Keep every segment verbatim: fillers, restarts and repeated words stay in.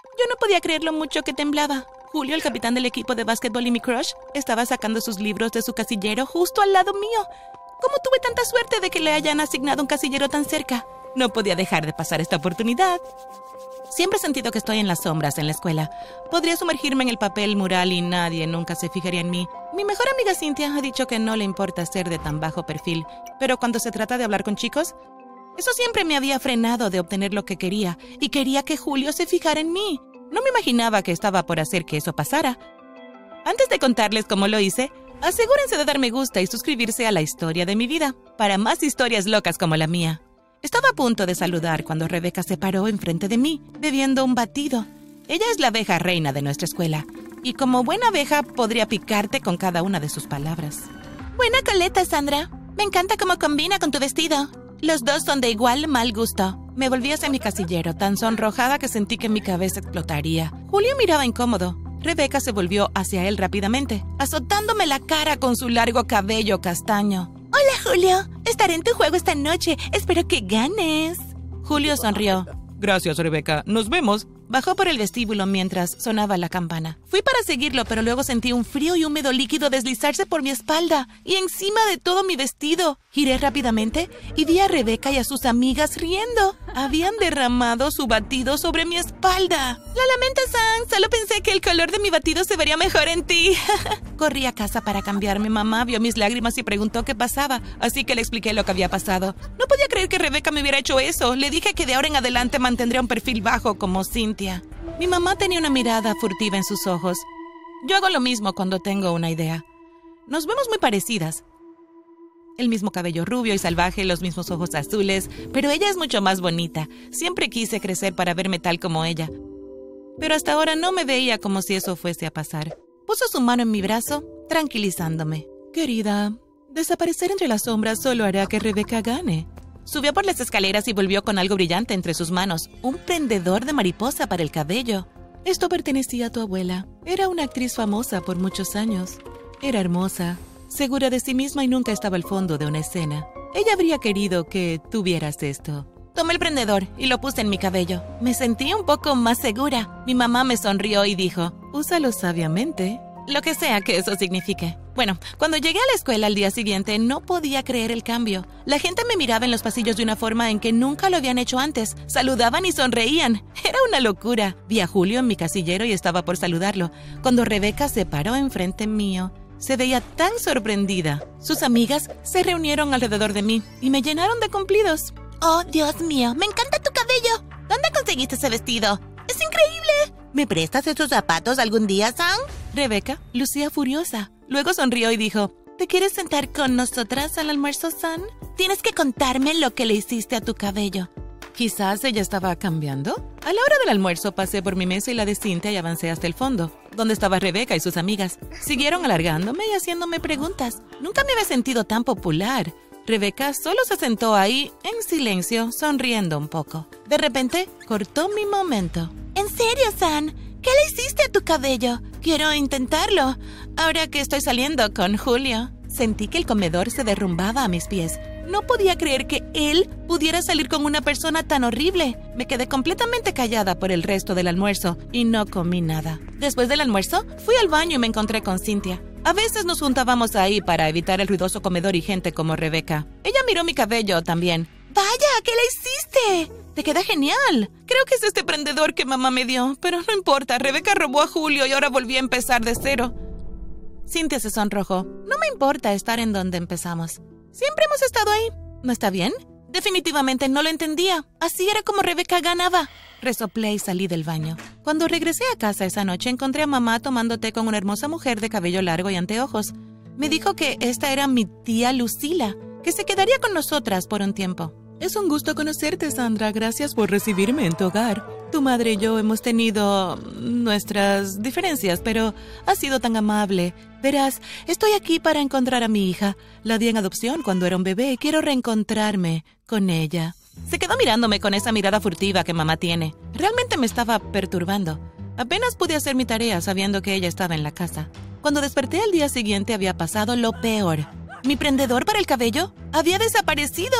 Yo no podía creer lo mucho que temblaba. Julio, el capitán del equipo de básquetbol y mi crush, estaba sacando sus libros de su casillero justo al lado mío. ¿Cómo tuve tanta suerte de que le hayan asignado un casillero tan cerca? No podía dejar de pasar esta oportunidad. Siempre he sentido que estoy en las sombras en la escuela. Podría sumergirme en el papel mural y nadie nunca se fijaría en mí. Mi mejor amiga Cynthia ha dicho que no le importa ser de tan bajo perfil, pero cuando se trata de hablar con chicos, eso siempre me había frenado de obtener lo que quería, y quería que Julio se fijara en mí. No me imaginaba que estaba por hacer que eso pasara. Antes de contarles cómo lo hice, asegúrense de dar me gusta y suscribirse a La Historia de mi Vida, para más historias locas como la mía. Estaba a punto de saludar cuando Rebeca se paró enfrente de mí, bebiendo un batido. Ella es la abeja reina de nuestra escuela, y como buena abeja podría picarte con cada una de sus palabras. Buena coleta, Sandra. Me encanta cómo combina con tu vestido. Los dos son de igual mal gusto. Me volví hacia mi casillero, tan sonrojada que sentí que mi cabeza explotaría. Julio miraba incómodo. Rebeca se volvió hacia él rápidamente, azotándome la cara con su largo cabello castaño. Hola, Julio. Estaré en tu juego esta noche. Espero que ganes. Julio sonrió. Gracias, Rebeca. Nos vemos. Bajó por el vestíbulo mientras sonaba la campana. Fui para seguirlo, pero luego sentí un frío y húmedo líquido deslizarse por mi espalda y encima de todo mi vestido. Giré rápidamente y vi a Rebeca y a sus amigas riendo. Habían derramado su batido sobre mi espalda. Lo lamento, San. Solo pensé que el color de mi batido se vería mejor en ti. Corrí a casa para cambiarme. Mamá vio mis lágrimas y preguntó qué pasaba, así que le expliqué lo que había pasado. No podía creer que Rebeca me hubiera hecho eso. Le dije que de ahora en adelante mantendría un perfil bajo como Cynthia. Mi mamá tenía una mirada furtiva en sus ojos. Yo hago lo mismo cuando tengo una idea. Nos vemos muy parecidas. El mismo cabello rubio y salvaje, los mismos ojos azules, pero ella es mucho más bonita. Siempre quise crecer para verme tal como ella. Pero hasta ahora no me veía como si eso fuese a pasar. Puso su mano en mi brazo, tranquilizándome. Querida, desaparecer entre las sombras solo hará que Rebeca gane. Subió por las escaleras y volvió con algo brillante entre sus manos, un prendedor de mariposa para el cabello. Esto pertenecía a tu abuela. Era una actriz famosa por muchos años. Era hermosa, segura de sí misma y nunca estaba al fondo de una escena. Ella habría querido que tuvieras esto. Tomé el prendedor y lo puse en mi cabello. Me sentí un poco más segura. Mi mamá me sonrió y dijo, úsalo sabiamente. Lo que sea que eso signifique. Bueno, cuando llegué a la escuela al día siguiente, no podía creer el cambio. La gente me miraba en los pasillos de una forma en que nunca lo habían hecho antes. Saludaban y sonreían. Era una locura. Vi a Julio en mi casillero y estaba por saludarlo, cuando Rebeca se paró enfrente mío. Se veía tan sorprendida. Sus amigas se reunieron alrededor de mí y me llenaron de cumplidos. Oh, Dios mío, me encanta tu cabello. ¿Dónde conseguiste ese vestido? ¡Es increíble! ¿Me prestas esos zapatos algún día, Sam? Rebeca lucía furiosa. Luego sonrió y dijo, ¿te quieres sentar con nosotras al almuerzo, Sam? Tienes que contarme lo que le hiciste a tu cabello. Quizás ella estaba cambiando. A la hora del almuerzo pasé por mi mesa y la de Cynthia y avancé hasta el fondo, donde estaba Rebeca y sus amigas. Siguieron alargándome y haciéndome preguntas. Nunca me había sentido tan popular. Rebeca solo se sentó ahí, en silencio, sonriendo un poco. De repente, cortó mi momento. ¿En serio, San? ¿Qué le hiciste a tu cabello? Quiero intentarlo, ahora que estoy saliendo con Julio. Sentí que el comedor se derrumbaba a mis pies. No podía creer que él pudiera salir con una persona tan horrible. Me quedé completamente callada por el resto del almuerzo y no comí nada. Después del almuerzo, fui al baño y me encontré con Cynthia. A veces nos juntábamos ahí para evitar el ruidoso comedor y gente como Rebeca. Ella miró mi cabello también. ¡Vaya! ¿Qué le hiciste? ¡Te queda genial! Creo que es este prendedor que mamá me dio, pero no importa. Rebeca robó a Julio y ahora volví a empezar de cero. Cynthia se sonrojó. No me importa estar en donde empezamos. Siempre hemos estado ahí. ¿No está bien? Definitivamente no lo entendía. Así era como Rebeca ganaba. Resoplé y salí del baño. Cuando regresé a casa esa noche, encontré a mamá tomando té con una hermosa mujer de cabello largo y anteojos. Me dijo que esta era mi tía Lucila, que se quedaría con nosotras por un tiempo. Es un gusto conocerte, Sandra. Gracias por recibirme en tu hogar. Tu madre y yo hemos tenido nuestras diferencias, pero has sido tan amable. Verás, estoy aquí para encontrar a mi hija. La di en adopción cuando era un bebé y quiero reencontrarme con ella. Se quedó mirándome con esa mirada furtiva que mamá tiene. Realmente me estaba perturbando. Apenas pude hacer mi tarea sabiendo que ella estaba en la casa. Cuando desperté al día siguiente había pasado lo peor. Mi prendedor para el cabello había desaparecido.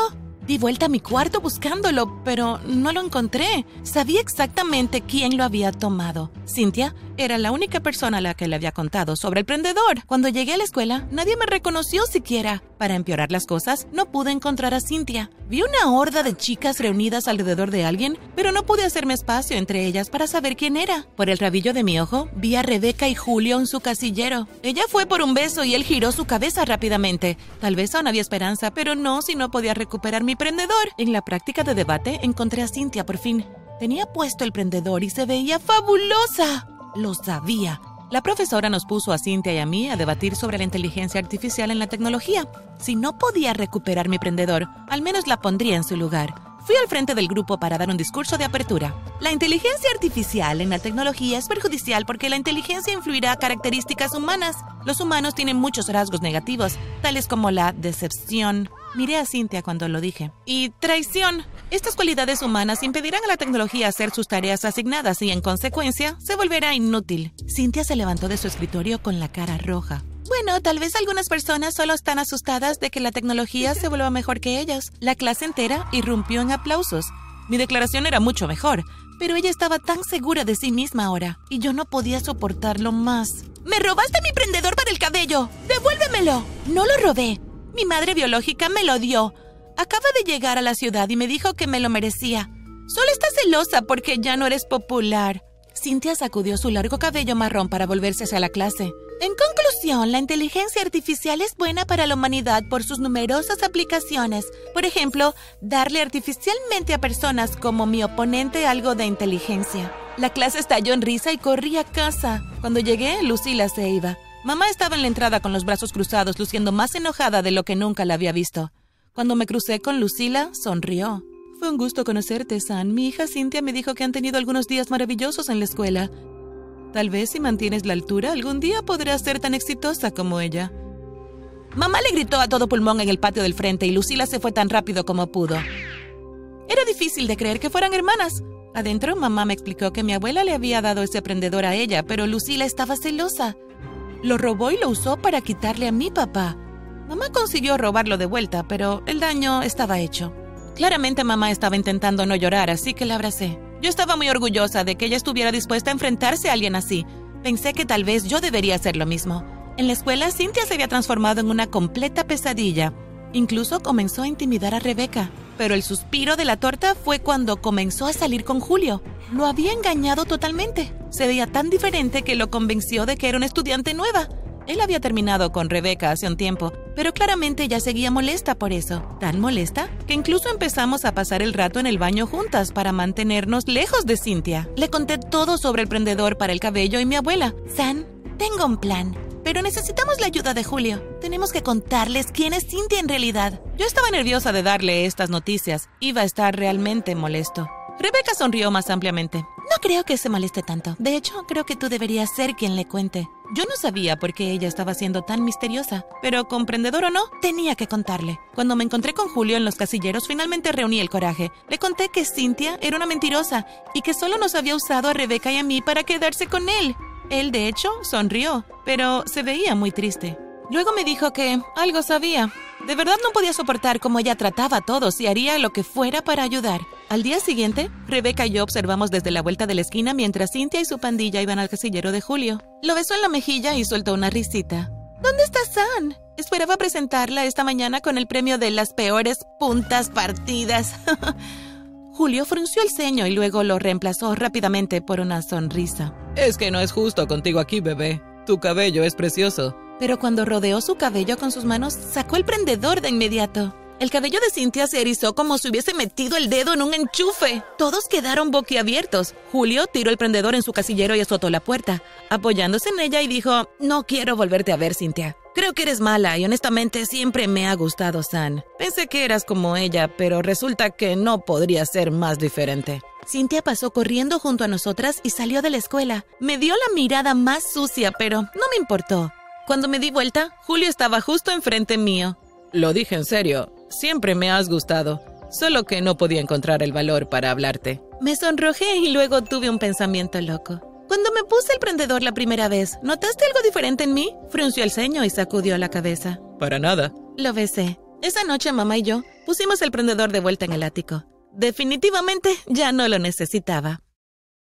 Di vuelta a mi cuarto buscándolo, pero no lo encontré. Sabía exactamente quién lo había tomado. Cynthia era la única persona a la que le había contado sobre el prendedor. Cuando llegué a la escuela, nadie me reconoció siquiera. Para empeorar las cosas, no pude encontrar a Cynthia. Vi una horda de chicas reunidas alrededor de alguien, pero no pude hacerme espacio entre ellas para saber quién era. Por el rabillo de mi ojo, vi a Rebecca y Julio en su casillero. Ella fue por un beso y él giró su cabeza rápidamente. Tal vez aún había esperanza, pero no si no podía recuperar mi prendedor. En la práctica de debate, encontré a Cynthia por fin. Tenía puesto el prendedor y se veía fabulosa. Lo sabía. La profesora nos puso a Cynthia y a mí a debatir sobre la inteligencia artificial en la tecnología. Si no podía recuperar mi prendedor, al menos la pondría en su lugar. Fui al frente del grupo para dar un discurso de apertura. La inteligencia artificial en la tecnología es perjudicial porque la inteligencia influirá a características humanas. Los humanos tienen muchos rasgos negativos, tales como la decepción. Miré a Cynthia cuando lo dije. Y traición. Estas cualidades humanas impedirán a la tecnología hacer sus tareas asignadas y, en consecuencia, se volverá inútil. Cynthia se levantó de su escritorio con la cara roja. Bueno, tal vez algunas personas solo están asustadas de que la tecnología se vuelva mejor que ellas. La clase entera irrumpió en aplausos. Mi declaración era mucho mejor, pero ella estaba tan segura de sí misma ahora, y yo no podía soportarlo más. ¡Me robaste mi prendedor para el cabello! ¡Devuélvemelo! No lo robé. Mi madre biológica me lo dio. Acaba de llegar a la ciudad y me dijo que me lo merecía. Solo está celosa porque ya no eres popular. Cynthia sacudió su largo cabello marrón para volverse hacia la clase. En conclusión, la inteligencia artificial es buena para la humanidad por sus numerosas aplicaciones. Por ejemplo, darle artificialmente a personas como mi oponente algo de inteligencia. La clase estalló en risa y corrí a casa. Cuando llegué, Lucila se iba. Mamá estaba en la entrada con los brazos cruzados, luciendo más enojada de lo que nunca la había visto. Cuando me crucé con Lucila, sonrió. Fue un gusto conocerte, San. Mi hija Cynthia me dijo que han tenido algunos días maravillosos en la escuela. Tal vez si mantienes la altura, algún día podrás ser tan exitosa como ella. Mamá le gritó a todo pulmón en el patio del frente y Lucila se fue tan rápido como pudo. Era difícil de creer que fueran hermanas. Adentro, mamá me explicó que mi abuela le había dado ese prendedor a ella, pero Lucila estaba celosa. Lo robó y lo usó para quitarle a mi papá. Mamá consiguió robarlo de vuelta, pero el daño estaba hecho. Claramente mamá estaba intentando no llorar, así que la abracé. Yo estaba muy orgullosa de que ella estuviera dispuesta a enfrentarse a alguien así. Pensé que tal vez yo debería hacer lo mismo. En la escuela, Cynthia se había transformado en una completa pesadilla. Incluso comenzó a intimidar a Rebecca. Pero el suspiro de la torta fue cuando comenzó a salir con Julio. Lo había engañado totalmente. Se veía tan diferente que lo convenció de que era una estudiante nueva. Él había terminado con Rebecca hace un tiempo, pero claramente ella seguía molesta por eso. Tan molesta que incluso empezamos a pasar el rato en el baño juntas para mantenernos lejos de Cynthia. Le conté todo sobre el prendedor para el cabello y mi abuela. San, tengo un plan, pero necesitamos la ayuda de Julio. Tenemos que contarles quién es Cynthia en realidad. Yo estaba nerviosa de darle estas noticias. Iba a estar realmente molesto. Rebecca sonrió más ampliamente. No creo que se moleste tanto. De hecho, creo que tú deberías ser quien le cuente. Yo no sabía por qué ella estaba siendo tan misteriosa, pero comprendedor o no, tenía que contarle. Cuando me encontré con Julio en los casilleros, finalmente reuní el coraje. Le conté que Cynthia era una mentirosa y que solo nos había usado a Rebecca y a mí para quedarse con él. Él, de hecho, sonrió, pero se veía muy triste. Luego me dijo que algo sabía. De verdad no podía soportar cómo ella trataba a todos y haría lo que fuera para ayudar. Al día siguiente, Rebecca y yo observamos desde la vuelta de la esquina mientras Cynthia y su pandilla iban al casillero de Julio. Lo besó en la mejilla y soltó una risita. ¿Dónde está San? Esperaba presentarla esta mañana con el premio de las peores puntas partidas. Julio frunció el ceño y luego lo reemplazó rápidamente por una sonrisa. Es que no es justo contigo aquí, bebé. Tu cabello es precioso. Pero cuando rodeó su cabello con sus manos, sacó el prendedor de inmediato. El cabello de Cynthia se erizó como si hubiese metido el dedo en un enchufe. Todos quedaron boquiabiertos. Julio tiró el prendedor en su casillero y azotó la puerta, apoyándose en ella y dijo, no quiero volverte a ver, Cynthia. Creo que eres mala y honestamente siempre me ha gustado San. Pensé que eras como ella, pero resulta que no podría ser más diferente. Cynthia pasó corriendo junto a nosotras y salió de la escuela. Me dio la mirada más sucia, pero no me importó. Cuando me di vuelta, Julio estaba justo enfrente mío. Lo dije en serio. Siempre me has gustado. Solo que no podía encontrar el valor para hablarte. Me sonrojé y luego tuve un pensamiento loco. Cuando me puse el prendedor la primera vez, ¿notaste algo diferente en mí? Frunció el ceño y sacudió la cabeza. Para nada. Lo besé. Esa noche mamá y yo Pusimos el prendedor de vuelta en el ático. Definitivamente ya no lo necesitaba.